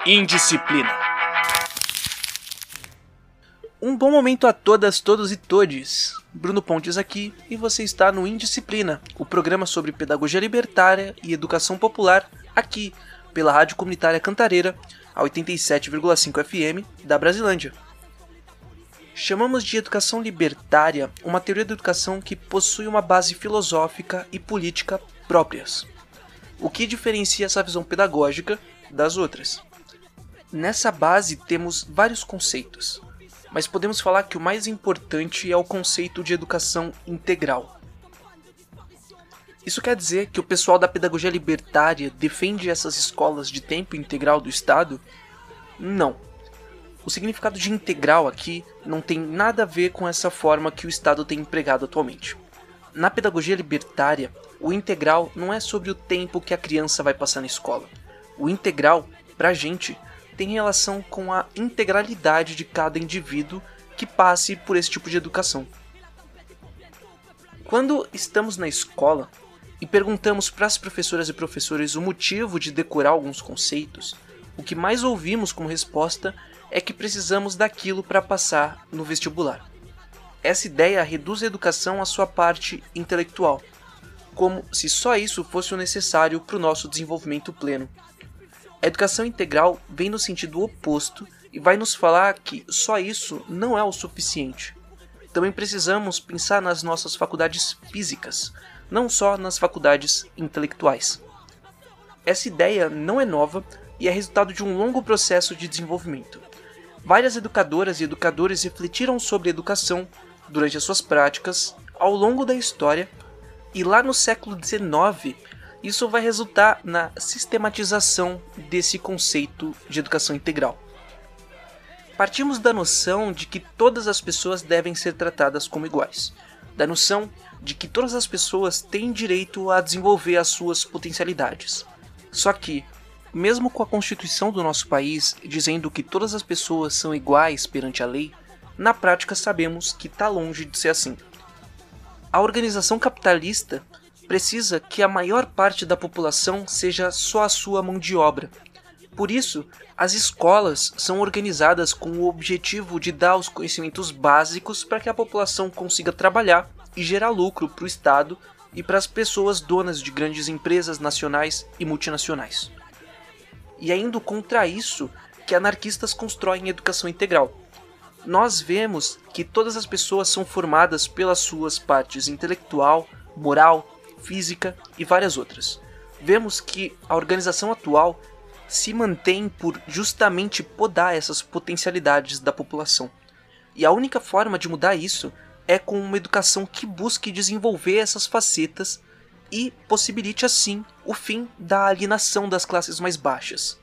Indisciplina. Um bom momento a todas, todos e todes. Bruno Pontes aqui e você está no Indisciplina, o programa sobre pedagogia libertária e educação popular aqui pela Rádio Comunitária Cantareira, a 87,5 FM da Brasilândia. Chamamos de educação libertária uma teoria da educação que possui uma base filosófica e política próprias, o que diferencia essa visão pedagógica das outras. Nessa base temos vários conceitos, mas podemos falar que o mais importante é o conceito de educação integral. Isso quer dizer que o pessoal da pedagogia libertária defende essas escolas de tempo integral do Estado? Não. O significado de integral aqui não tem nada a ver com essa forma que o Estado tem empregado atualmente. Na pedagogia libertária, o integral não é sobre o tempo que a criança vai passar na escola. O integral, pra gente, tem relação com a integralidade de cada indivíduo que passe por esse tipo de educação. Quando estamos na escola e perguntamos para as professoras e professores o motivo de decorar alguns conceitos, o que mais ouvimos como resposta é que precisamos daquilo para passar no vestibular. Essa ideia reduz a educação à sua parte intelectual, como se só isso fosse o necessário para o nosso desenvolvimento pleno. A educação integral vem no sentido oposto e vai nos falar que só isso não é o suficiente. Também precisamos pensar nas nossas faculdades físicas, não só nas faculdades intelectuais. Essa ideia não é nova e é resultado de um longo processo de desenvolvimento. Várias educadoras e educadores refletiram sobre educação durante as suas práticas ao longo da história e lá no século XIX isso vai resultar na sistematização desse conceito de educação integral. Partimos da noção de que todas as pessoas devem ser tratadas como iguais, da noção de que todas as pessoas têm direito a desenvolver as suas potencialidades. Só que, mesmo com a Constituição do nosso país dizendo que todas as pessoas são iguais perante a lei, na prática sabemos que está longe de ser assim. A organização capitalista precisa que a maior parte da população seja só a sua mão de obra. Por isso, as escolas são organizadas com o objetivo de dar os conhecimentos básicos para que a população consiga trabalhar e gerar lucro para o Estado e para as pessoas donas de grandes empresas nacionais e multinacionais. E é indo contra isso que anarquistas constroem educação integral. Nós vemos que todas as pessoas são formadas pelas suas partes intelectual, moral, física e várias outras. Vemos que a organização atual se mantém por justamente podar essas potencialidades da população. E a única forma de mudar isso é com uma educação que busque desenvolver essas facetas e possibilite assim o fim da alienação das classes mais baixas.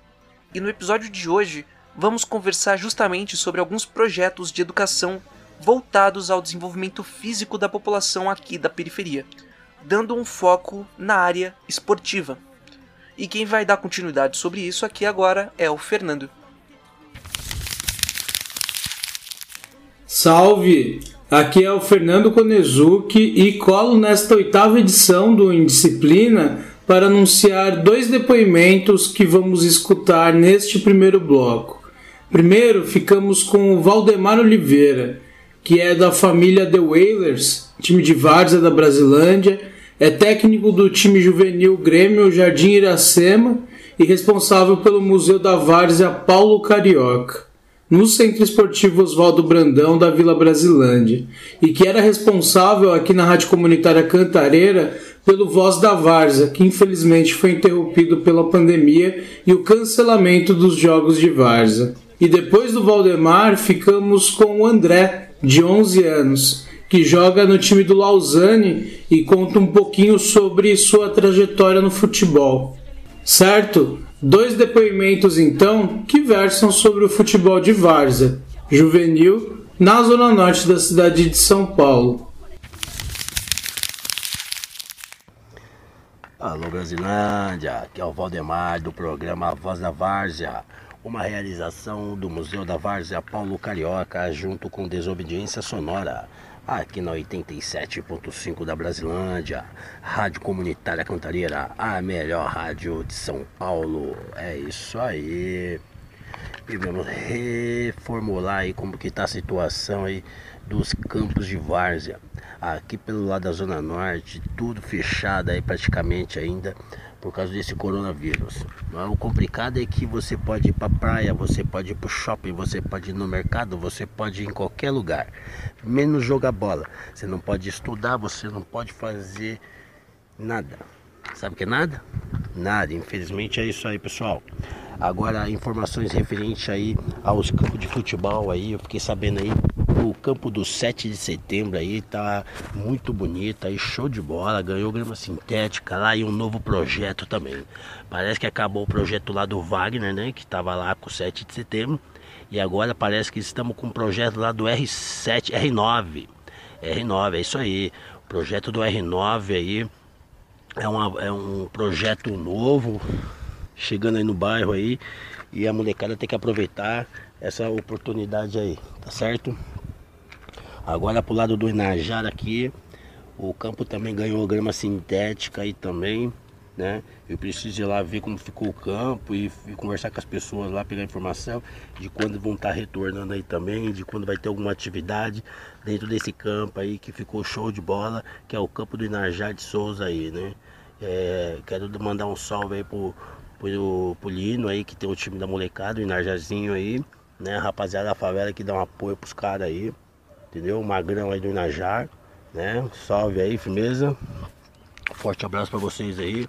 E no episódio de hoje vamos conversar justamente sobre alguns projetos de educação voltados ao desenvolvimento físico da população aqui da periferia, dando um foco na área esportiva. E quem vai dar continuidade sobre isso aqui agora é o Fernando. Salve! Aqui é o Fernando Konezuki e colo nesta 8ª edição do Indisciplina para anunciar 2 depoimentos que vamos escutar neste primeiro bloco. Primeiro, ficamos com o Valdemar Oliveira, que é da família The Whalers, time de várzea da Brasilândia, é técnico do time juvenil Grêmio Jardim Iracema e responsável pelo Museu da Várzea Paulo Carioca, no Centro Esportivo Oswaldo Brandão da Vila Brasilândia, e que era responsável aqui na Rádio Comunitária Cantareira pelo Voz da Várzea, que infelizmente foi interrompido pela pandemia e o cancelamento dos jogos de várzea. E depois do Valdemar, ficamos com o André, de 11 anos, que joga no time do Lausanne e conta um pouquinho sobre sua trajetória no futebol. Certo? 2 depoimentos então que versam sobre o futebol de várzea, juvenil, na zona norte da cidade de São Paulo. Alô Brasilândia, aqui é o Valdemar do programa Voz da Várzea, uma realização do Museu da Várzea Paulo Carioca junto com Desobediência Sonora. aqui na 87.5 da Brasilândia, Rádio Comunitária Cantareira, a melhor rádio de São Paulo. É isso aí. E vamos reformular aí como que tá a situação aí dos campos de várzea. Aqui pelo lado da Zona Norte, tudo fechado aí praticamente ainda por causa desse coronavírus. O complicado é que você pode ir pra praia, você pode ir pro shopping, você pode ir no mercado, você pode ir em qualquer lugar, menos jogar bola. Você não pode estudar, você não pode fazer nada. Sabe o que é nada? Nada, infelizmente é isso aí, pessoal. Agora, informações referentes aí aos campos de futebol aí, eu fiquei sabendo aí, o campo do 7 de setembro aí tá muito bonito, aí show de bola, ganhou grama sintética lá e um novo projeto também. Parece que acabou o projeto lá do Wagner, né, que tava lá com o 7 de setembro, e agora parece que estamos com um projeto lá do R9, é isso aí, o projeto do R9 aí, é um projeto novo, chegando aí no bairro aí, e a molecada tem que aproveitar essa oportunidade aí, tá certo? Agora pro lado do Inajara aqui, o campo também ganhou grama sintética aí também, né? Eu preciso ir lá ver como ficou o campo e conversar com as pessoas lá, pegar informação de quando vão estar retornando aí também, de quando vai ter alguma atividade dentro desse campo aí que ficou show de bola, que é o campo do Inajara de Souza aí, né? Quero mandar um salve aí pro Lino aí, que tem o time da molecada, o Inajarzinho aí, né? A rapaziada da favela que dá um apoio pros caras aí, entendeu? O Magrão aí do Inajar, né? Salve aí, firmeza. Forte abraço pra vocês aí.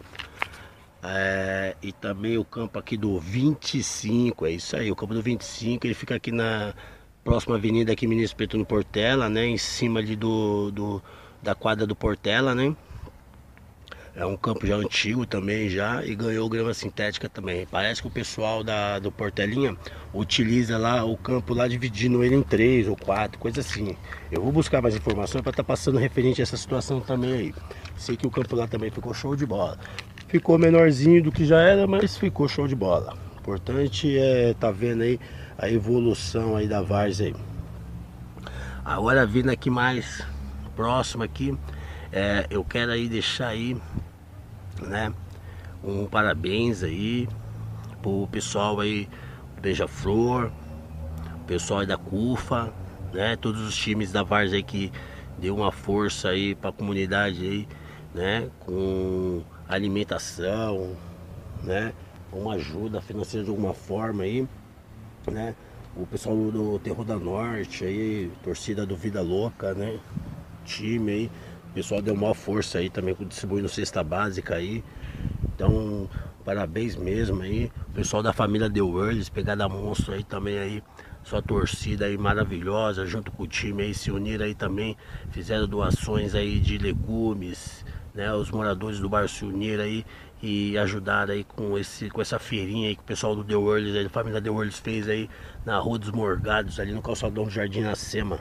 E também o campo aqui do 25, é isso aí, o campo do 25, ele fica aqui na próxima avenida aqui, Ministro Petúnio Portela, né? Em cima ali da quadra do Portela, né? É um campo já antigo também já, e ganhou grama sintética também. Parece que o pessoal do Portelinha utiliza lá o campo lá, dividindo ele em 3 ou 4, coisa assim. Eu vou buscar mais informações para estar passando referente a essa situação também aí. Sei que o campo lá também ficou show de bola. Ficou menorzinho do que já era, mas ficou show de bola. O importante é tá vendo aí a evolução aí da várzea aí. Agora vindo aqui mais próximo aqui, eu quero aí deixar aí, né, um parabéns aí pro pessoal aí do Beija-Flor, pessoal aí da CUFA, né, todos os times da várzea aí que deu uma força aí pra comunidade aí, né, com alimentação, né, uma ajuda financeira de alguma forma aí, né, o pessoal do Terror da Norte aí, torcida do Vida Louca, né, time aí, o pessoal deu maior força aí também, distribuindo cesta básica aí. Então, parabéns mesmo aí. O pessoal da família The Worlds, Pegada Monstro aí também aí. Sua torcida aí maravilhosa, junto com o time aí, se uniram aí também. Fizeram doações aí de legumes, né? Os moradores do bairro se uniram aí e ajudaram aí com essa feirinha aí que o pessoal do The Worlds aí, da família The Worlds fez aí na Rua dos Morgados, ali no calçadão do Jardim Iracema.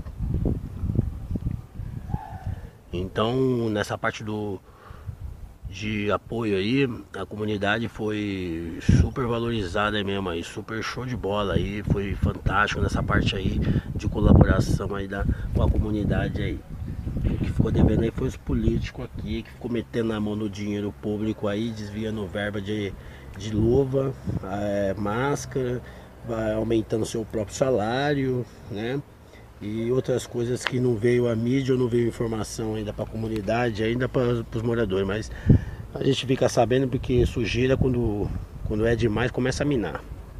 Então, nessa parte de apoio aí, a comunidade foi super valorizada mesmo aí, super show de bola aí, foi fantástico nessa parte aí de colaboração aí com a comunidade aí. O que ficou devendo aí foi os políticos aqui, que ficou metendo a mão no dinheiro público aí, desviando verba de luva, máscara, vai aumentando seu próprio salário, né? E outras coisas que não veio a mídia ou não veio informação ainda para a comunidade, ainda para os moradores, mas a gente fica sabendo porque sujeira quando é demais começa a minar.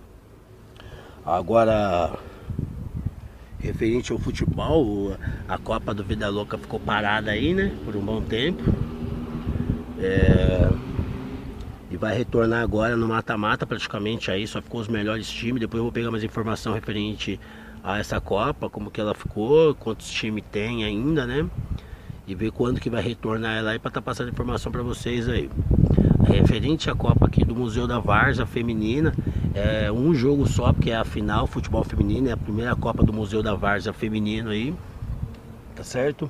Agora, referente ao futebol, a Copa do Vida Louca ficou parada aí, né, por um bom tempo, e vai retornar agora no mata-mata praticamente aí, só ficou os melhores times. Depois eu vou pegar mais informação referente a essa Copa, como que ela ficou, quantos times tem ainda, né? E ver quando que vai retornar ela aí para estar passando informação para vocês aí. Referente à Copa aqui do Museu da Várzea Feminina, é um jogo só, porque é a final, futebol feminino, é a primeira Copa do Museu da Várzea Feminino aí, tá certo?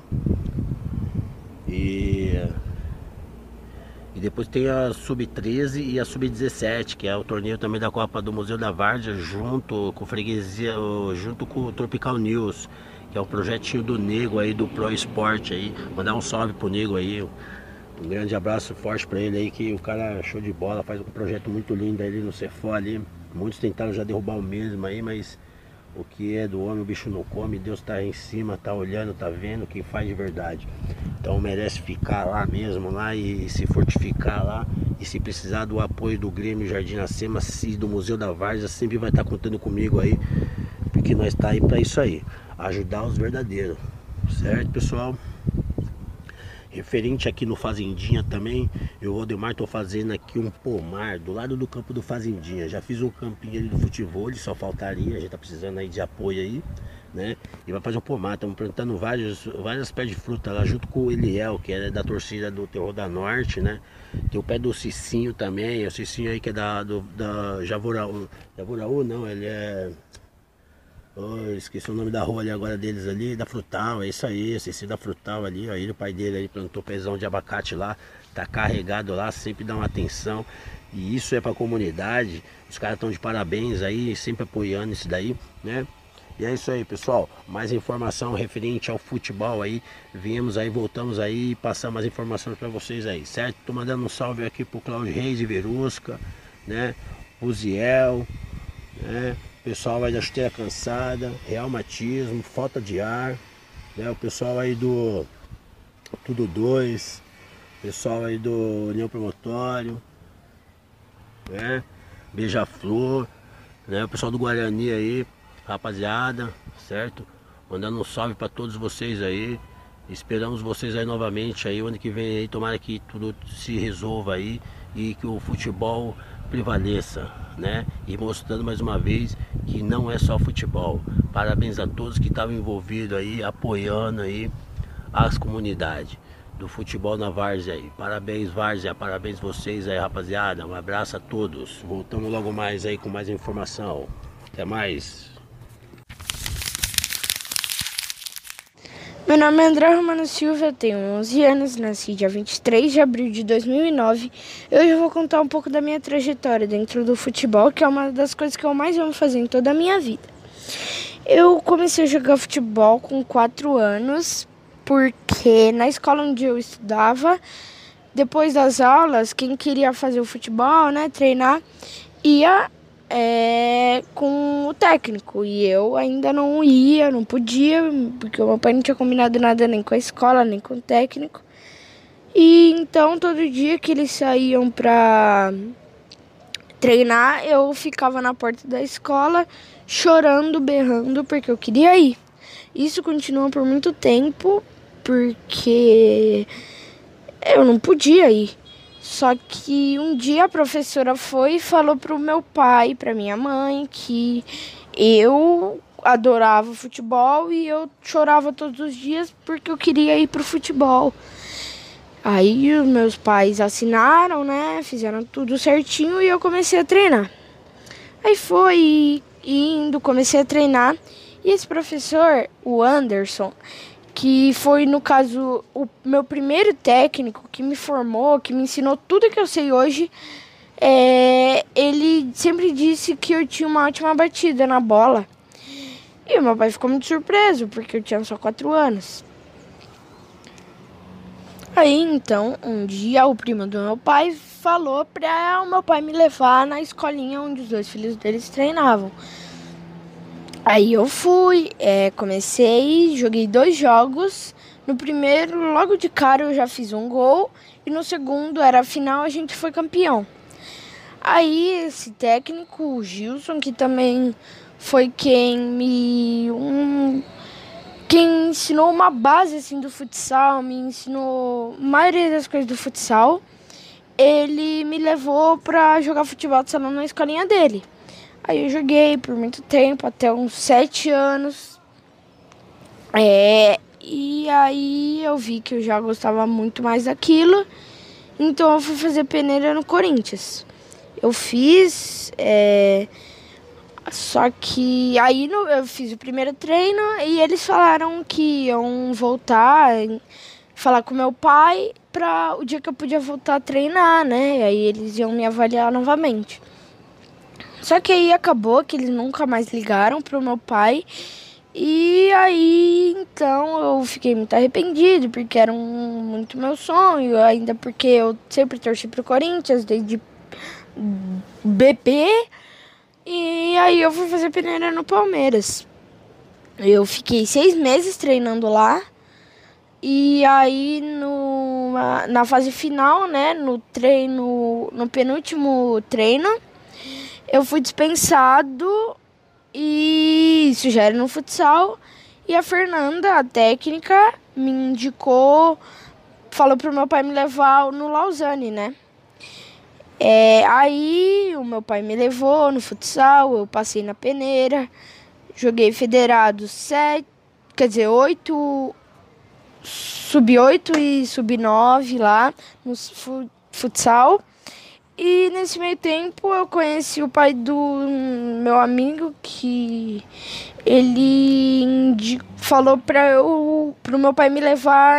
E depois tem a Sub-13 e a Sub-17, que é o torneio também da Copa do Museu da Várzea, junto com o Freguesia, junto com o Tropical News, que é o projetinho do Nego aí, do Pro Esporte aí. Mandar um salve pro Nego aí, um grande abraço forte pra ele aí, que o cara é show de bola, faz um projeto muito lindo ali no Cefó ali. Muitos tentaram já derrubar o mesmo aí, mas o que é do homem o bicho não come, Deus tá em cima, tá olhando, tá vendo quem faz de verdade. Então merece ficar lá mesmo, lá e se fortificar lá. E se precisar do apoio do Grêmio Jardim Iracema e do Museu da Várzea, sempre vai estar contando comigo aí, porque nós tá aí pra isso aí, ajudar os verdadeiros, certo, pessoal? Referente aqui no Fazendinha também, eu, Odemar, tô fazendo aqui um pomar do lado do campo do Fazendinha. Já fiz um campinho ali do futebol, só faltaria, a gente tá precisando aí de apoio aí, né? E vai fazer um pomar, estamos plantando várias pés de fruta lá, junto com o Eliel, que é da torcida do Terror da Norte, né? Tem o pé do Cicinho também, o Cicinho aí que é da Javuraú. Javuraú não, ele é... Oh, esqueci o nome da rua ali agora deles ali, da Frutal, é isso aí, esse da Frutal ali, ó, ele, o pai dele aí plantou pezão de abacate lá, tá carregado lá, sempre dá uma atenção, e isso é pra comunidade, os caras estão de parabéns aí, sempre apoiando isso daí, né? E é isso aí, pessoal, mais informação referente ao futebol aí, viemos aí, voltamos aí e passamos as informações pra vocês aí, certo? Tô mandando um salve aqui pro Cláudio Reis de Verusca, né? O Ziel, né? Pessoal aí da Chuteira Cansada, Reumatismo, falta de ar, né? O pessoal aí do Tudo 2, pessoal aí do União Promotório, né? Beija-Flor, né? O pessoal do Guarani aí, rapaziada, certo? Mandando um salve para todos vocês aí. Esperamos vocês aí novamente aí, o ano que vem aí, tomara que tudo se resolva aí e que o futebol prevaleça, né? E mostrando mais uma vez que não é só futebol. Parabéns a todos que estavam envolvidos aí, apoiando aí as comunidades do futebol na Várzea aí. Parabéns, Várzea, parabéns vocês aí, rapaziada. Um abraço a todos. Voltamos logo mais aí com mais informação. Até mais. Meu nome é André Romano Silva, eu tenho 11 anos, nasci dia 23 de abril de 2009. Hoje eu vou contar um pouco da minha trajetória dentro do futebol, que é uma das coisas que eu mais amo fazer em toda a minha vida. Eu comecei a jogar futebol com 4 anos, porque na escola onde eu estudava, depois das aulas, quem queria fazer o futebol, né, treinar, ia com o técnico, e eu ainda não ia, não podia, porque o meu pai não tinha combinado nada nem com a escola, nem com o técnico. E então todo dia que eles saíam pra treinar, eu ficava na porta da escola chorando, berrando, porque eu queria ir. Isso continuou por muito tempo, porque eu não podia ir. Só que um dia a professora foi e falou pro meu pai e pra minha mãe que eu adorava futebol e eu chorava todos os dias porque eu queria ir pro futebol. Aí os meus pais assinaram, né, fizeram tudo certinho e eu comecei a treinar. Aí foi indo, comecei a treinar e esse professor, o Anderson, que foi, no caso, o meu primeiro técnico, que me formou, que me ensinou tudo que eu sei hoje, ele sempre disse que eu tinha uma ótima batida na bola. E o meu pai ficou muito surpreso, porque eu tinha só 4 anos. Aí, então, um dia, o primo do meu pai falou para o meu pai me levar na escolinha onde os 2 filhos deles treinavam. Aí eu fui, comecei, joguei 2 jogos. No primeiro, logo de cara, eu já fiz um gol. E no segundo, era a final, a gente foi campeão. Aí esse técnico, o Gilson, que também foi quem ensinou uma base assim, do futsal, me ensinou a maioria das coisas do futsal. Ele me levou pra jogar futebol de salão na escolinha dele. Aí eu joguei por muito tempo, até uns 7 anos. E aí eu vi que eu já gostava muito mais daquilo. Então eu fui fazer peneira no Corinthians. Eu fiz, só que aí eu fiz o primeiro treino e eles falaram que iam voltar, falar com meu pai para o dia que eu podia voltar a treinar, né? E aí eles iam me avaliar novamente. Só que aí acabou que eles nunca mais ligaram pro meu pai E aí, então, eu fiquei muito arrependido, porque era muito meu sonho, ainda porque eu sempre torci pro Corinthians, desde BP, e aí eu fui fazer peneira no Palmeiras. Eu fiquei 6 meses treinando lá, e aí na fase final, né, no penúltimo treino, eu fui dispensado. E isso já era no futsal. E a Fernanda, a técnica, me indicou, falou pro meu pai me levar no Lausanne, né? Aí o meu pai me levou no futsal, eu passei na peneira, joguei federado 8, sub-8 e sub-9 lá no futsal. E nesse meio tempo eu conheci o pai do meu amigo, que ele falou pro meu pai me levar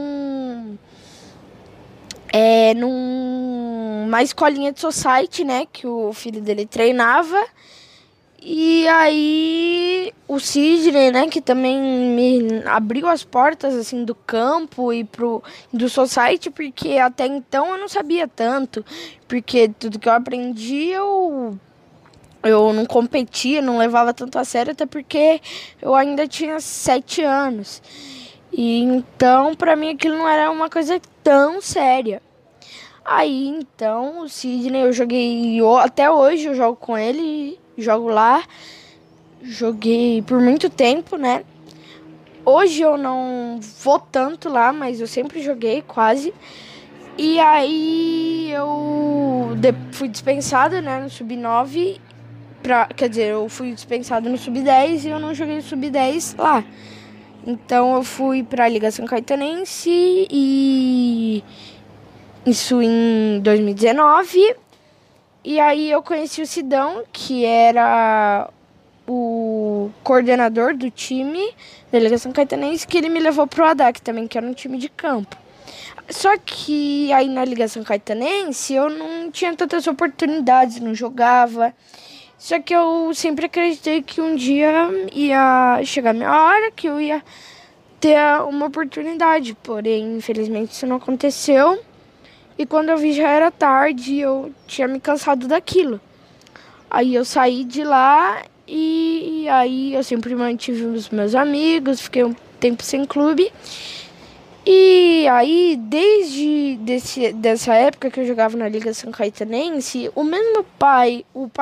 numa escolinha de society, né, que o filho dele treinava. E aí o Sidney, né, que também me abriu as portas assim do campo e do society, porque até então eu não sabia tanto, porque tudo que eu aprendi eu não competia, não levava tanto a sério, até porque eu ainda tinha 7 anos. E então pra mim aquilo não era uma coisa tão séria. Aí então o Sidney até hoje eu jogo com ele. Jogo lá, joguei por muito tempo, né? Hoje eu não vou tanto lá, mas eu sempre joguei, quase. E aí eu fui dispensada, né, no Sub-9. Quer dizer, eu fui dispensada no Sub-10 e eu não joguei no Sub-10 lá. Então eu fui pra Liga São Caetanense e isso em 2019. E aí eu conheci o Sidão, que era o coordenador do time da Liga São Caetanense, que ele me levou pro ADAC também, que era um time de campo. Só que aí na Liga São Caetanense eu não tinha tantas oportunidades, não jogava. Só que eu sempre acreditei que um dia ia chegar a minha hora, que eu ia ter uma oportunidade. Porém, infelizmente isso não aconteceu. E quando eu vi já era tarde e eu tinha me cansado daquilo. Aí eu saí de lá e aí eu sempre mantive os meus amigos, fiquei um tempo sem clube. E aí, desde dessa época que eu jogava na Liga São Caetanense, o mesmo pai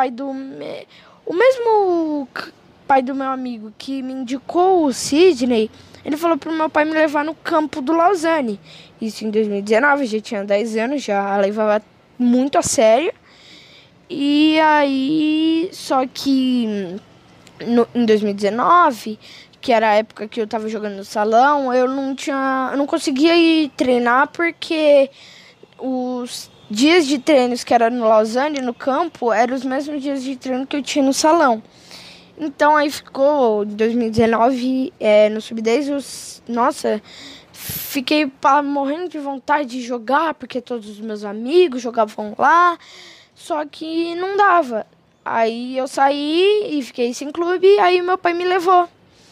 do meu amigo que me indicou o Sidney, ele falou pro meu pai me levar no campo do Lausanne. Isso em 2019, já tinha 10 anos, já levava muito a sério. E aí, só que em 2019, que era a época que eu tava jogando no salão, eu não conseguia ir treinar porque os dias de treinos que era no Lausanne, no campo, eram os mesmos dias de treino que eu tinha no salão. Então aí ficou, em 2019, no Sub-10, nossa, fiquei morrendo de vontade de jogar, porque todos os meus amigos jogavam lá, só que não dava. Aí eu saí e fiquei sem clube, aí meu pai me levou.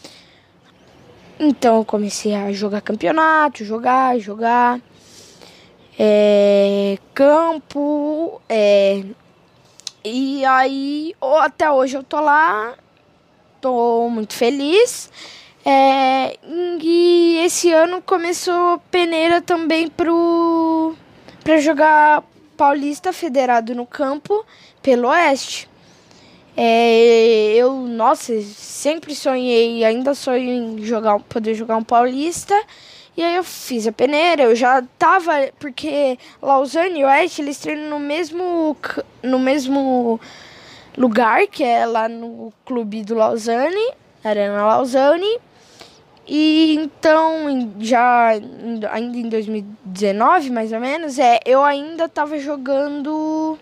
Então eu comecei a jogar campeonato, jogar, campo, e aí até hoje eu tô lá, tô muito feliz. E esse ano começou peneira também pra jogar Paulista Federado no campo pelo Oeste. Nossa, sempre sonhei, ainda sonho em poder jogar um Paulista. E aí eu fiz a peneira, eu já tava, porque Lausanne e Oeste, eles treinam no mesmo lugar, que é lá no clube do Lausanne, Arena Lausanne. E então, ainda em 2019, mais ou menos, eu ainda tava jogando.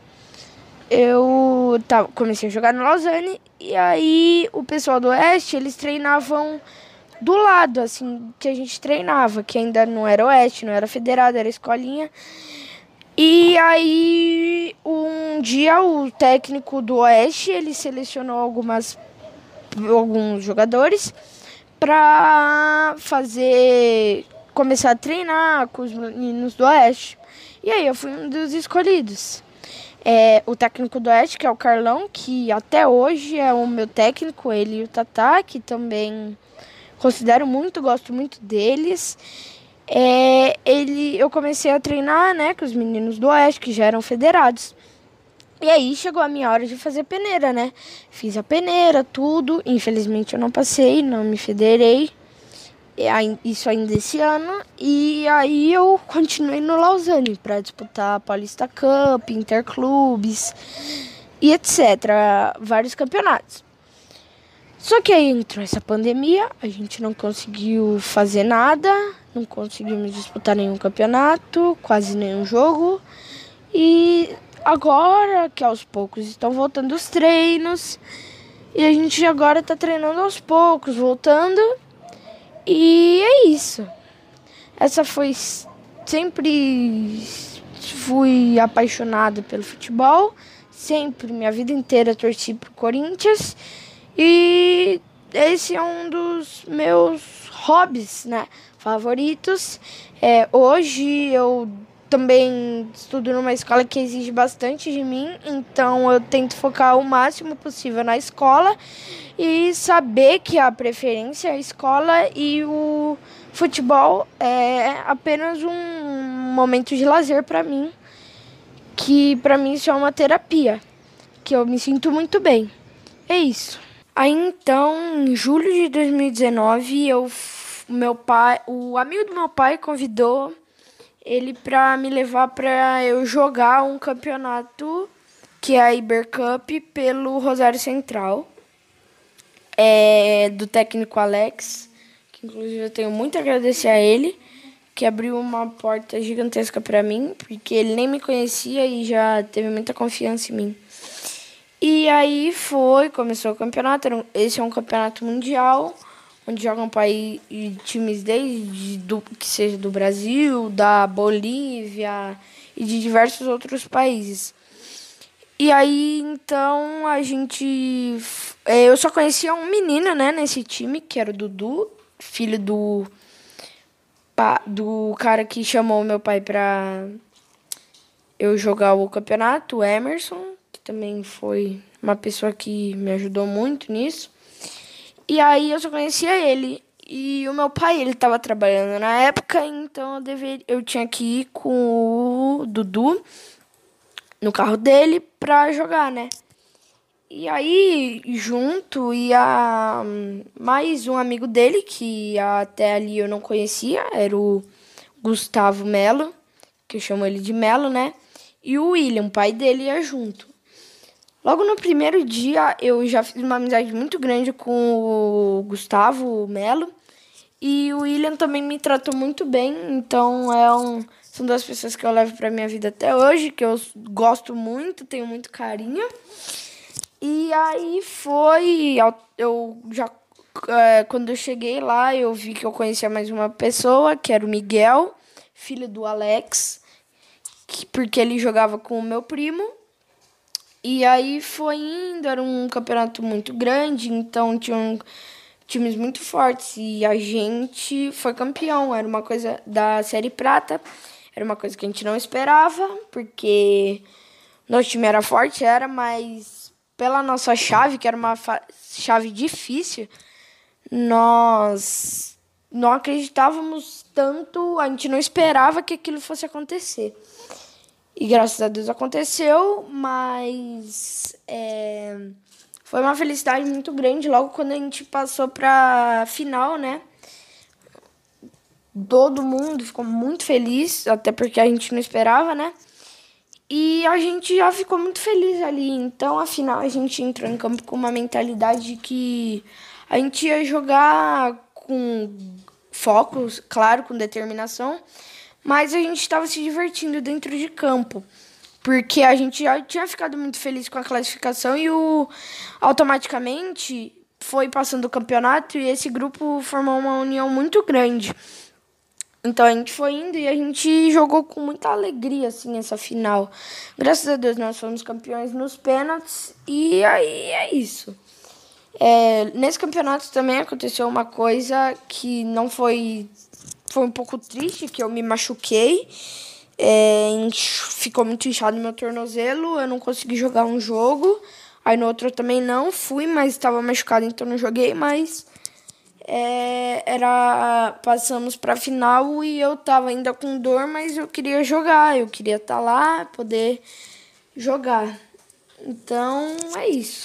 Comecei a jogar no Lausanne, e aí o pessoal do Oeste, eles treinavam do lado, assim, que a gente treinava, que ainda não era Oeste, não era federado, era escolinha. E aí, um dia, o técnico do Oeste, ele selecionou alguns jogadores pra começar a treinar com os meninos do Oeste. E aí eu fui um dos escolhidos. O técnico do Oeste, que é o Carlão, que até hoje é o meu técnico, ele e o Tatá, que também considero muito, gosto muito deles. Eu comecei a treinar, né, com os meninos do Oeste, que já eram federados. E aí chegou a minha hora de fazer peneira, né? Fiz a peneira, tudo. Infelizmente eu não passei, não me federei. Isso ainda esse ano. E aí eu continuei no Lausanne para disputar Paulista Cup, Interclubes e etc. Vários campeonatos. Só que aí entrou essa pandemia, a gente não conseguiu fazer nada, não conseguimos disputar nenhum campeonato, quase nenhum jogo. E agora que aos poucos estão voltando os treinos, e a gente agora está treinando aos poucos, voltando. E é isso. Sempre fui apaixonada pelo futebol, sempre, minha vida inteira torci pro Corinthians. E esse é um dos meus hobbies, né, favoritos. Hoje eu também estudo numa escola que exige bastante de mim, então eu tento focar o máximo possível na escola e saber que a preferência é a escola e o futebol é apenas um momento de lazer para mim, que para mim isso é uma terapia, que eu me sinto muito bem. É isso. Aí então, em julho de 2019, o amigo do meu pai convidou ele para me levar para eu jogar um campeonato que é a Ibercup pelo Rosário Central, do técnico Alex, que inclusive eu tenho muito a agradecer a ele, que abriu uma porta gigantesca para mim, porque ele nem me conhecia e já teve muita confiança em mim. E aí começou o campeonato. Esse é um campeonato mundial, onde jogam times que seja do Brasil, da Bolívia e de diversos outros países. E aí, então, eu só conhecia um menino, né, nesse time, que era o Dudu, filho do cara que chamou meu pai pra eu jogar o campeonato, o Emerson, que também foi uma pessoa que me ajudou muito nisso. E aí eu só conhecia ele. E o meu pai, ele estava trabalhando na época, então eu tinha que ir com o Dudu no carro dele pra jogar, né? E aí, junto, ia mais um amigo dele, que até ali eu não conhecia, era o Gustavo Melo, que eu chamo ele de Melo, né? E o William, pai dele, ia junto. Logo no primeiro dia, eu já fiz uma amizade muito grande com o Gustavo Melo. E o William também me tratou muito bem. Então, são duas pessoas que eu levo pra minha vida até hoje, que eu gosto muito, tenho muito carinho. E aí quando eu cheguei lá, eu vi que eu conhecia mais uma pessoa, que era o Miguel, filho do Alex, porque ele jogava com o meu primo. E aí foi indo, era um campeonato muito grande, então tinham times muito fortes e a gente foi campeão. Era uma coisa da Série Prata, era uma coisa que a gente não esperava, porque nosso time era forte, mas pela nossa chave, que era uma chave difícil, nós não acreditávamos tanto, a gente não esperava que aquilo fosse acontecer. E graças a Deus aconteceu, mas foi uma felicidade muito grande logo quando a gente passou pra final, né? Todo mundo ficou muito feliz, até porque a gente não esperava, né? E a gente já ficou muito feliz ali. Então, afinal, a gente entrou em campo com uma mentalidade de que a gente ia jogar com foco, claro, com determinação, mas a gente estava se divertindo dentro de campo, porque a gente já tinha ficado muito feliz com a classificação e automaticamente foi passando o campeonato e esse grupo formou uma união muito grande. Então a gente foi indo e a gente jogou com muita alegria assim essa final. Graças a Deus nós fomos campeões nos pênaltis e aí é isso. Nesse campeonato também aconteceu uma coisa que não foi um pouco triste, que eu me machuquei. Ficou muito inchado meu tornozelo, eu não consegui jogar um jogo. Aí no outro eu também não fui, mas estava machucado, então não joguei, mas passamos para a final e eu estava ainda com dor, mas eu queria jogar, eu queria estar lá, poder jogar. Então é isso.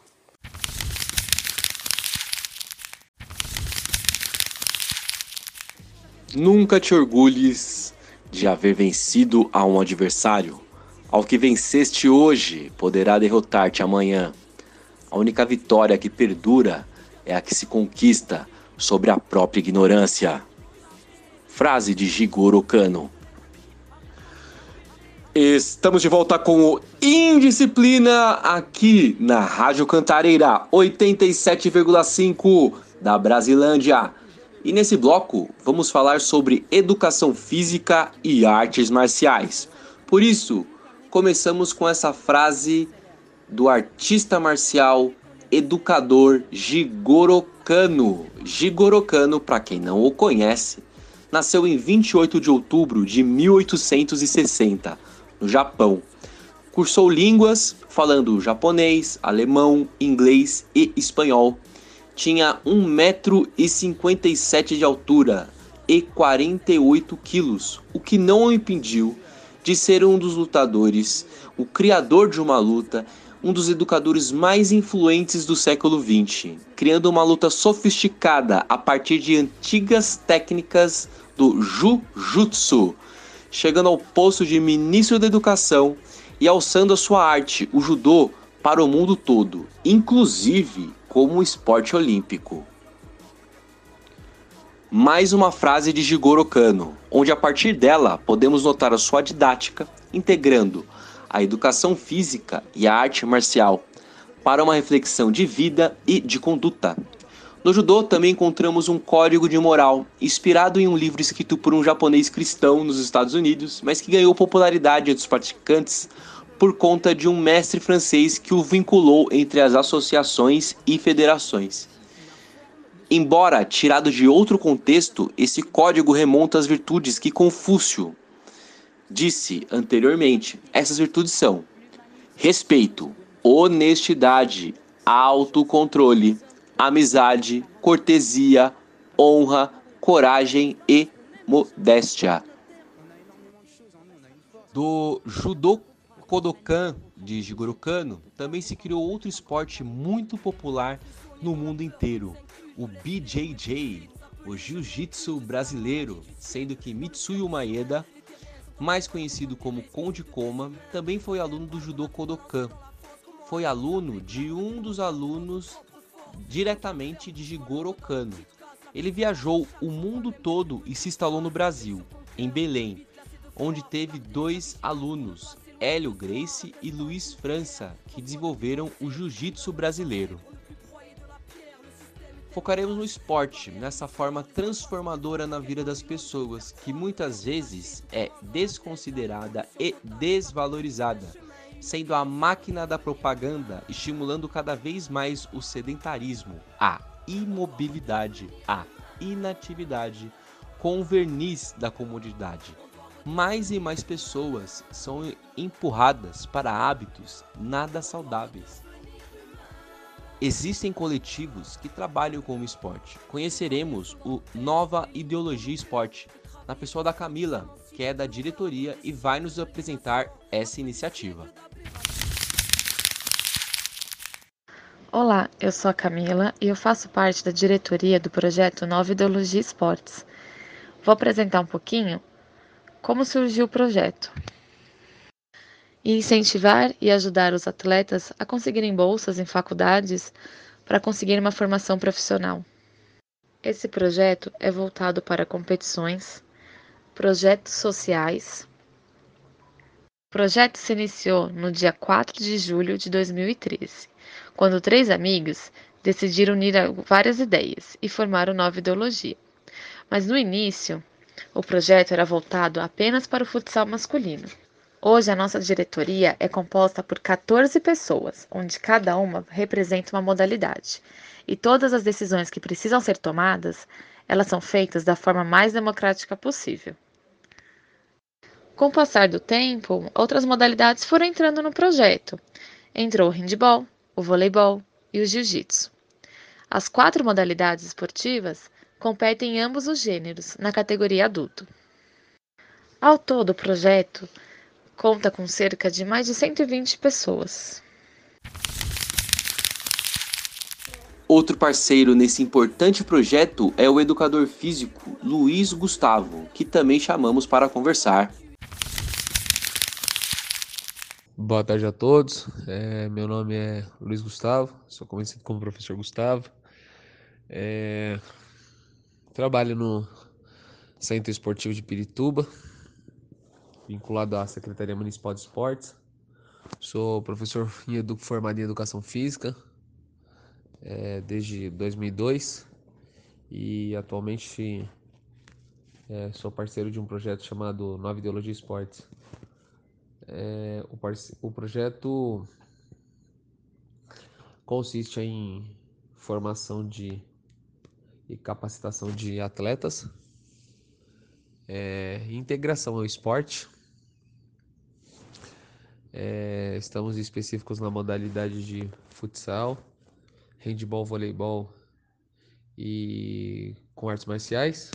Nunca te orgulhes de haver vencido a um adversário. Ao que venceste hoje, poderá derrotar-te amanhã. A única vitória que perdura é a que se conquista sobre a própria ignorância. Frase de Jigoro Kano. Estamos de volta com o Indisciplina aqui na Rádio Cantareira 87,5 da Brasilândia. E nesse bloco vamos falar sobre educação física e artes marciais. Por isso, começamos com essa frase do artista marcial, educador Jigoro Kano. Jigoro Kano, para quem não o conhece, nasceu em 28 de outubro de 1860, no Japão. Cursou línguas, falando japonês, alemão, inglês e espanhol. Tinha 1,57 m de altura e 48 quilos, o que não o impediu de ser um dos lutadores, o criador de uma luta, um dos educadores mais influentes do século XX, criando uma luta sofisticada a partir de antigas técnicas do Jujutsu, chegando ao posto de ministro da educação e alçando a sua arte, o judô, para o mundo todo, inclusive como um esporte olímpico. Mais uma frase de Jigoro Kano, onde a partir dela podemos notar a sua didática, integrando a educação física e a arte marcial para uma reflexão de vida e de conduta. No judô também encontramos um código de moral, inspirado em um livro escrito por um japonês cristão nos Estados Unidos, mas que ganhou popularidade entre os praticantes por conta de um mestre francês que o vinculou entre as associações e federações. Embora tirado de outro contexto, esse código remonta às virtudes que Confúcio disse anteriormente. Essas virtudes são respeito, honestidade, autocontrole, amizade, cortesia, honra, coragem e modéstia. Do Judô Kodokan de Jigoro Kano, também se criou outro esporte muito popular no mundo inteiro, o BJJ, o Jiu-Jitsu brasileiro, sendo que Mitsuyo Maeda, mais conhecido como Konde Koma, também foi aluno do Judô Kodokan. Foi aluno de um dos alunos diretamente de Jigoro Kano. Ele viajou o mundo todo e se instalou no Brasil, em Belém, onde teve 2 alunos, Hélio Gracie e Luiz França, que desenvolveram o jiu-jitsu brasileiro. Focaremos no esporte, nessa forma transformadora na vida das pessoas, que muitas vezes é desconsiderada e desvalorizada, sendo a máquina da propaganda estimulando cada vez mais o sedentarismo, a imobilidade, a inatividade, com o verniz da comodidade. Mais e mais pessoas são empurradas para hábitos nada saudáveis. Existem coletivos que trabalham com o esporte. Conheceremos o Nova Ideologia Esporte, na pessoa da Camila, que é da diretoria e vai nos apresentar essa iniciativa. Olá, eu sou a Camila e eu faço parte da diretoria do projeto Nova Ideologia Esportes. Vou apresentar um pouquinho como surgiu o projeto e incentivar e ajudar os atletas a conseguirem bolsas em faculdades para conseguir uma formação profissional. Esse projeto é voltado para competições, projetos sociais. O projeto se iniciou no dia 4 de julho de 2013, quando 3 amigos decidiram unir várias ideias e formaram Nova Ideologia. Mas no início, o projeto era voltado apenas para o futsal masculino. Hoje, a nossa diretoria é composta por 14 pessoas, onde cada uma representa uma modalidade. E todas as decisões que precisam ser tomadas, elas são feitas da forma mais democrática possível. Com o passar do tempo, outras modalidades foram entrando no projeto. Entrou o handebol, o voleibol e o jiu-jitsu. As 4 modalidades esportivas competem em ambos os gêneros, na categoria adulto. Ao todo, o projeto conta com cerca de mais de 120 pessoas. Outro parceiro nesse importante projeto é o educador físico Luiz Gustavo, que também chamamos para conversar. Boa tarde a todos, meu nome é Luiz Gustavo, sou conhecido como professor Gustavo. Trabalho no Centro Esportivo de Pirituba, vinculado à Secretaria Municipal de Esportes. Sou professor formado em Educação Física desde 2002 e atualmente sou parceiro de um projeto chamado Nova Ideologia Esportes. O projeto consiste em formação e capacitação de atletas, integração ao esporte. Estamos específicos na modalidade de futsal, handebol, voleibol e com artes marciais.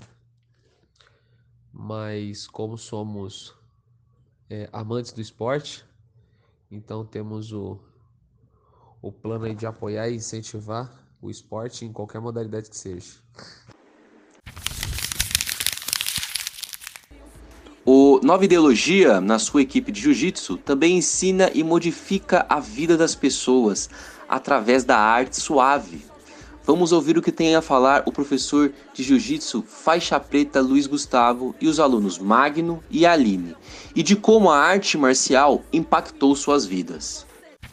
Mas como somos amantes do esporte, então temos o plano aí de apoiar e incentivar o esporte em qualquer modalidade que seja. O Nova Ideologia, na sua equipe de jiu-jitsu, também ensina e modifica a vida das pessoas através da arte suave. Vamos ouvir o que tem a falar o professor de jiu-jitsu faixa preta Luiz Gustavo e os alunos Magno e Aline, e de como a arte marcial impactou suas vidas.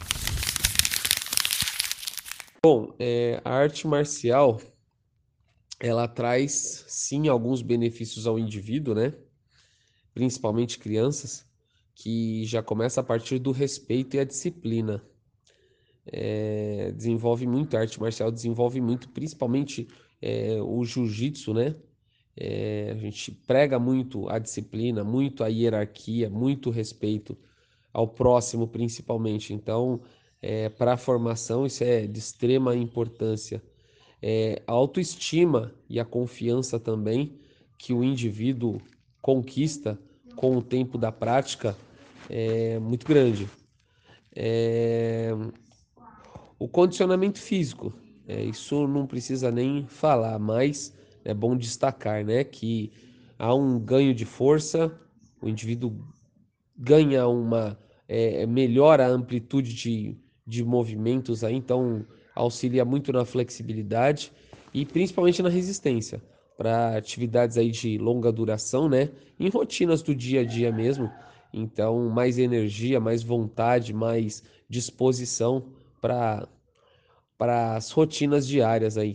Bom, a arte marcial, ela traz sim alguns benefícios ao indivíduo, né? Principalmente crianças, que já começa a partir do respeito e a disciplina. Desenvolve muito, a arte marcial desenvolve muito, principalmente o jiu-jitsu, né? A gente prega muito a disciplina, muito a hierarquia, muito respeito ao próximo, principalmente. Então, para a formação, isso é de extrema importância. A autoestima e a confiança também que o indivíduo conquista com o tempo da prática é muito grande. O condicionamento físico, isso não precisa nem falar, mas é bom destacar, né, que há um ganho de força, o indivíduo ganha melhora a amplitude de movimentos aí, então auxilia muito na flexibilidade e principalmente na resistência para atividades aí de longa duração, né, em rotinas do dia a dia mesmo. Então, mais energia, mais vontade, mais disposição para as rotinas diárias aí.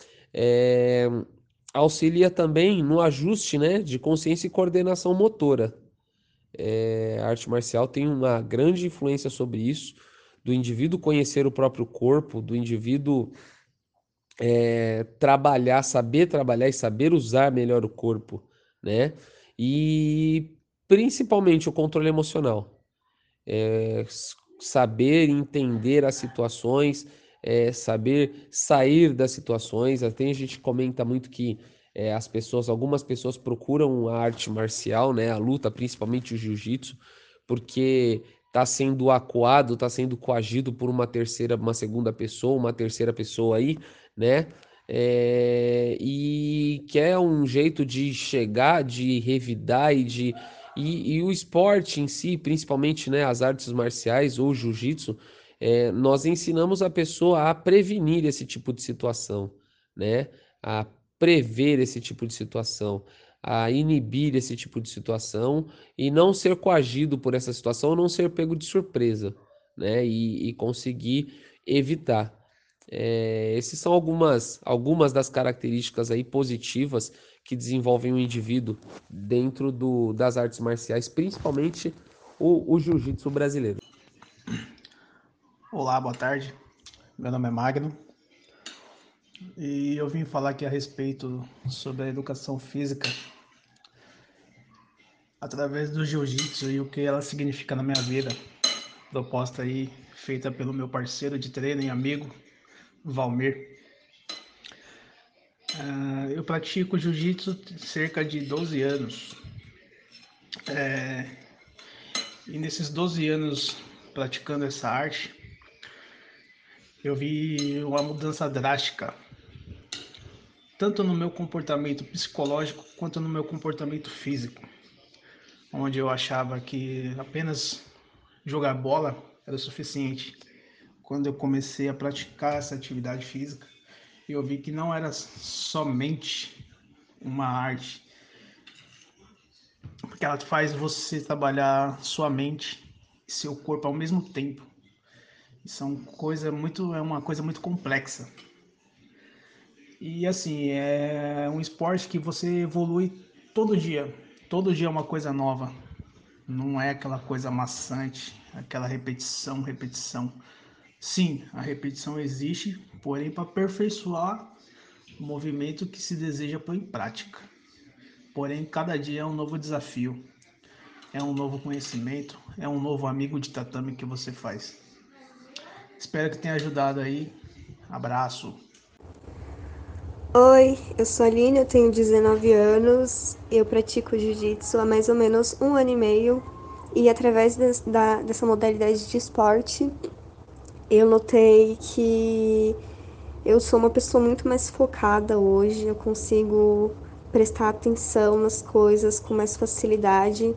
Auxilia também no ajuste, né, de consciência e coordenação motora. A arte marcial tem uma grande influência sobre isso, do indivíduo conhecer o próprio corpo, do indivíduo saber trabalhar e saber usar melhor o corpo, né? E principalmente o controle emocional. Saber entender as situações, saber sair das situações. Até a gente comenta muito que algumas pessoas procuram a arte marcial, né, a luta, principalmente o jiu-jitsu, porque está sendo acuado, está sendo coagido por uma segunda pessoa, uma terceira pessoa aí, né? E quer um jeito de chegar, de revidar e o esporte em si, principalmente, né, as artes marciais ou jiu-jitsu, nós ensinamos a pessoa a prevenir esse tipo de situação, né? A prever esse tipo de situação, a inibir esse tipo de situação e não ser coagido por essa situação, não ser pego de surpresa, né? E conseguir evitar. Essas são algumas das características aí positivas que desenvolvem o indivíduo dentro das artes marciais, principalmente o jiu-jitsu brasileiro. Olá, boa tarde. Meu nome é Magno e eu vim falar aqui a respeito sobre a educação física através do jiu-jitsu e o que ela significa na minha vida. Proposta aí feita pelo meu parceiro de treino e amigo, Valmir. Eu pratico jiu-jitsu cerca de 12 anos. E nesses 12 anos praticando essa arte, eu vi uma mudança drástica, tanto no meu comportamento psicológico quanto no meu comportamento físico, onde eu achava que apenas jogar bola era o suficiente. Quando eu comecei a praticar essa atividade física, eu vi que não era somente uma arte, porque ela faz você trabalhar sua mente e seu corpo ao mesmo tempo. Isso é uma coisa muito complexa. E assim, é um esporte que você evolui todo dia. Todo dia é uma coisa nova. Não é aquela coisa maçante, aquela repetição. Sim, a repetição existe, porém para aperfeiçoar o movimento que se deseja pôr em prática. Porém, cada dia é um novo desafio, é um novo conhecimento, é um novo amigo de tatame que você faz. Espero que tenha ajudado aí. Abraço. Oi, eu sou a Aline, eu tenho 19 anos, eu pratico jiu-jitsu há mais ou menos 1 ano e meio e através dessa modalidade de esporte eu notei que eu sou uma pessoa muito mais focada hoje, eu consigo prestar atenção nas coisas com mais facilidade.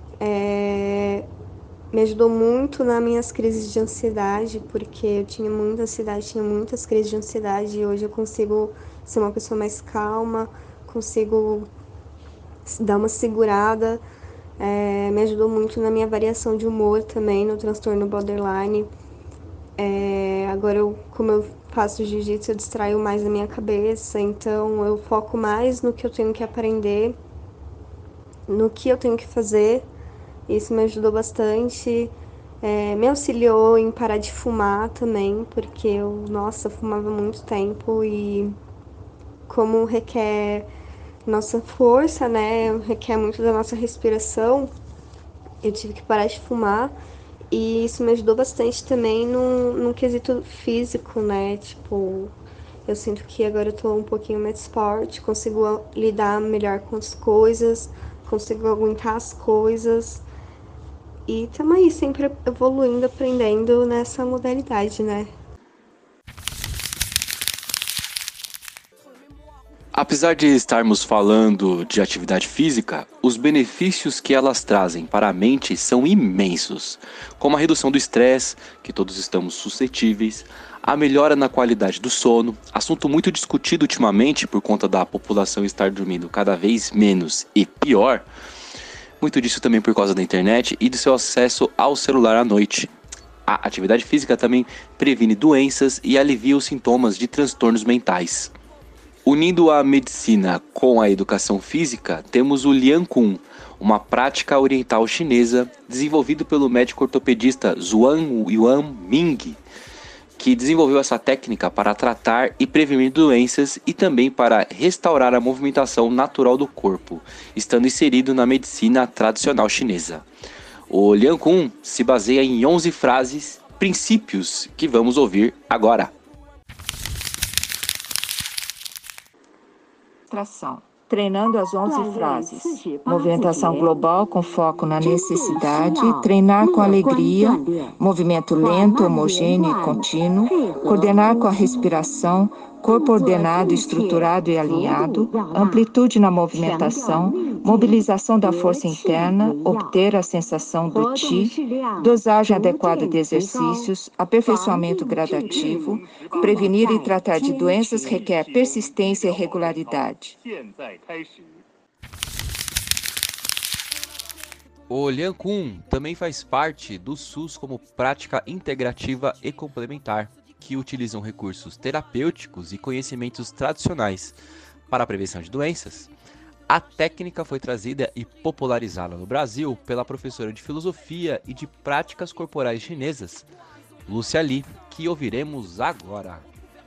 Me ajudou muito nas minhas crises de ansiedade, porque eu tinha muita ansiedade, tinha muitas crises de ansiedade e hoje eu consigo ser uma pessoa mais calma, consigo dar uma segurada. Me ajudou muito na minha variação de humor também, no transtorno borderline. Agora, como eu faço jiu-jitsu, eu distraio mais a minha cabeça, então eu foco mais no que eu tenho que aprender, no que eu tenho que fazer. Isso me ajudou bastante. Me auxiliou em parar de fumar também, porque eu, fumava há muito tempo e como requer nossa força, né, requer muito da nossa respiração, eu tive que parar de fumar e isso me ajudou bastante também no quesito físico, né, tipo, eu sinto que agora eu tô um pouquinho mais forte, consigo lidar melhor com as coisas, consigo aguentar as coisas. E estamos aí sempre evoluindo, aprendendo nessa modalidade, né? Apesar de estarmos falando de atividade física, os benefícios que elas trazem para a mente são imensos, como a redução do estresse, que todos estamos suscetíveis, a melhora na qualidade do sono, assunto muito discutido ultimamente por conta da população estar dormindo cada vez menos e pior. Muito disso também por causa da internet e do seu acesso ao celular à noite. A atividade física também previne doenças e alivia os sintomas de transtornos mentais. Unindo a medicina com a educação física, temos o Lian Kun, uma prática oriental chinesa desenvolvida pelo médico ortopedista Zhuang Yuanming, que desenvolveu essa técnica para tratar e prevenir doenças e também para restaurar a movimentação natural do corpo, estando inserido na medicina tradicional chinesa. O Lian Kun se baseia em 11 frases, princípios, que vamos ouvir agora. Tração. Treinando as 11 frases. Movimentação global com foco na necessidade, treinar com alegria, movimento lento, homogêneo e contínuo, coordenar com a respiração, corpo ordenado, estruturado e alinhado, amplitude na movimentação, mobilização da força interna, obter a sensação do Qi, dosagem adequada de exercícios, aperfeiçoamento gradativo, prevenir e tratar de doenças requer persistência e regularidade. O Lian Kun também faz parte do SUS como prática integrativa e complementar, que utilizam recursos terapêuticos e conhecimentos tradicionais para a prevenção de doenças, A técnica foi trazida e popularizada no Brasil pela professora de filosofia e de práticas corporais chinesas, Lúcia Li, que ouviremos agora.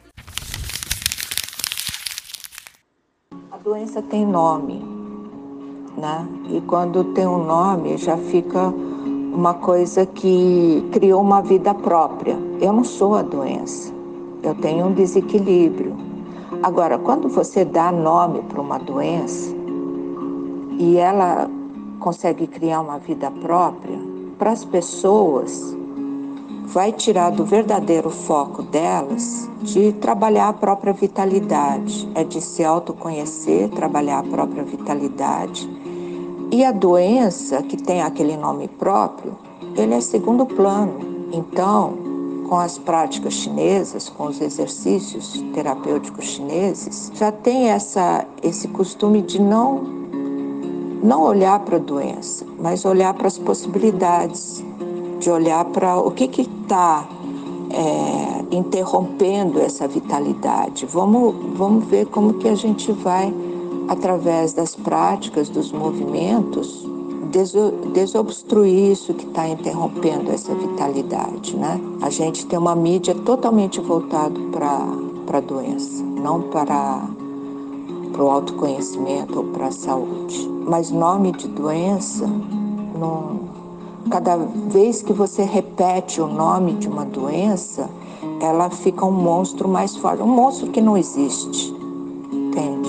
A doença tem nome, né? E quando tem um nome, já fica uma coisa que criou uma vida própria. Eu não sou a doença, eu tenho um desequilíbrio. Agora, quando você dá nome para uma doença e ela consegue criar uma vida própria, para as pessoas, vai tirar do verdadeiro foco delas de trabalhar a própria vitalidade, é de se autoconhecer, trabalhar a própria vitalidade. E a doença, que tem aquele nome próprio, ele é segundo plano. Então, com as práticas chinesas, com os exercícios terapêuticos chineses, já tem esse costume de não olhar para a doença, mas olhar para as possibilidades, de olhar para o que está interrompendo essa vitalidade. Vamos ver como que a gente vai, através das práticas, dos movimentos, desobstruir isso que está interrompendo essa vitalidade, né? A gente tem uma mídia totalmente voltada para a doença, não para o autoconhecimento ou para a saúde. Mas nome de doença, cada vez que você repete o nome de uma doença, ela fica um monstro mais forte, um monstro que não existe, entende?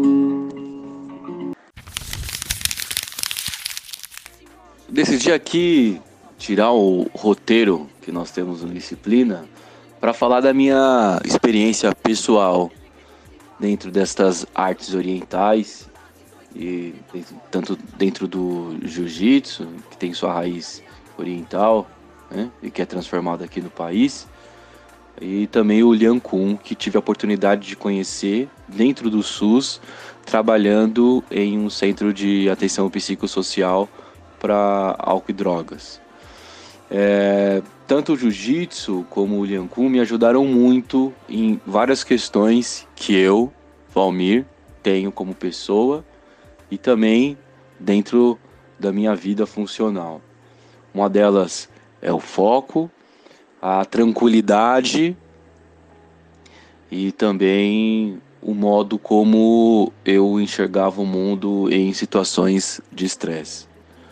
Decidi aqui tirar o roteiro que nós temos no Disciplina para falar da minha experiência pessoal dentro destas artes orientais, e tanto dentro do jiu-jitsu, que tem sua raiz oriental, né, e que é transformado aqui no país, e também o Lian Kun, que tive a oportunidade de conhecer dentro do SUS, trabalhando em um centro de atenção psicossocial para álcool e drogas. Tanto o jiu-jitsu como o Lian Kun me ajudaram muito em várias questões que eu, Valmir, tenho como pessoa e também dentro da minha vida funcional. Uma delas é o foco, a tranquilidade e também o modo como eu enxergava o mundo em situações de estresse.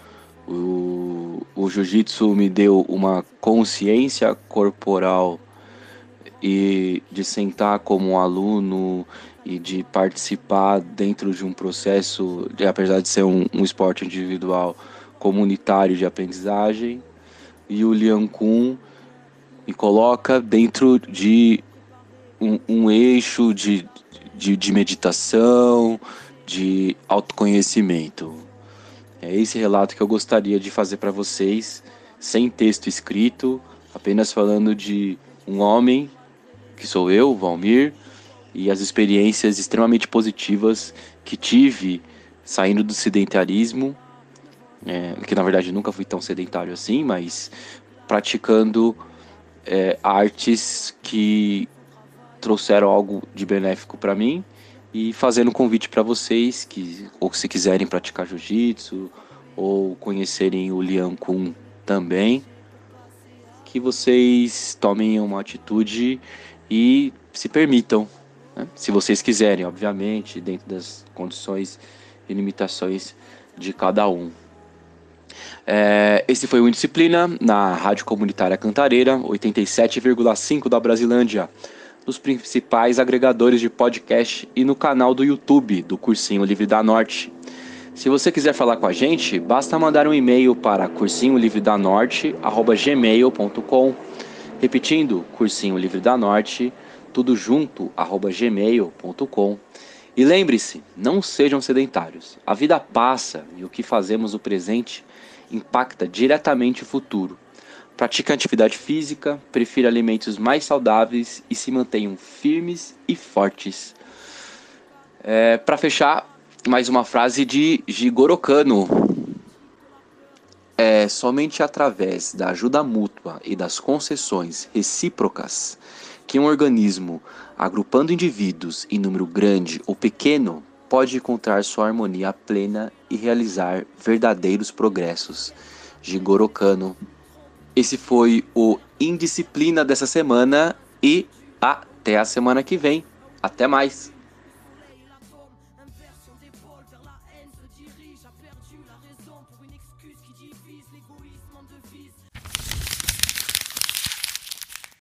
O jiu-jitsu me deu uma consciência corporal e de sentar como um aluno e de participar dentro de um processo, apesar de ser um esporte individual, comunitário de aprendizagem. E o Lian Kun me coloca dentro de um eixo de meditação, de autoconhecimento. É esse relato que eu gostaria de fazer para vocês, sem texto escrito, apenas falando de um homem, que sou eu, Valmir, e as experiências extremamente positivas que tive saindo do sedentarismo, que na verdade nunca fui tão sedentário assim, mas praticando artes que trouxeram algo de benéfico para mim, e fazendo um convite para vocês que, ou se quiserem praticar jiu-jitsu ou conhecerem o Lian Kun também, que vocês tomem uma atitude e se permitam, né? Se vocês quiserem, obviamente, dentro das condições e limitações de cada um. Esse foi o Indisciplina na Rádio Comunitária Cantareira, 87,5 da Brasilândia, nos principais agregadores de podcast e no canal do YouTube do Cursinho Livre da Norte. Se você quiser falar com a gente, basta mandar um e-mail para cursinholivredanorte@gmail.com. Repetindo, Cursinho Livre da Norte, tudo junto, @gmail.com. E lembre-se, não sejam sedentários. A vida passa e o que fazemos no presente impacta diretamente o futuro. Pratique atividade física, prefira alimentos mais saudáveis e se mantenham firmes e fortes. Para fechar, mais uma frase de Jigoro Kano. Somente através da ajuda mútua e das concessões recíprocas que um organismo, agrupando indivíduos em número grande ou pequeno, pode encontrar sua harmonia plena e realizar verdadeiros progressos. Jigoro Kano. Esse foi o Indisciplina dessa semana e até a semana que vem. Até mais! Perdu la haine se dirige, a perdu la raison pour une excuse qui divise l'égoïsme.